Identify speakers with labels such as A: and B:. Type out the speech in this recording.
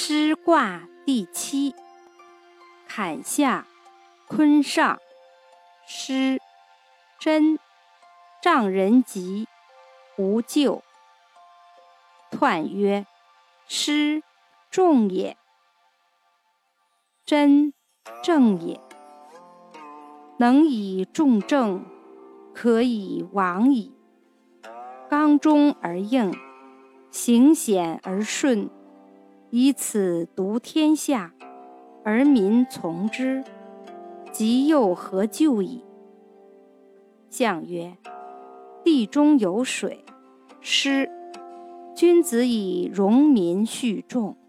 A: 师卦第7，坎下坤上。师，真，丈人吉，无咎。彖曰：师，重也。真，正也。能以重正，可以往矣。刚中而应，行险而顺，以此独天下，而民从之，即又何咎矣？象曰：地中有水。师，君子以容民恤众。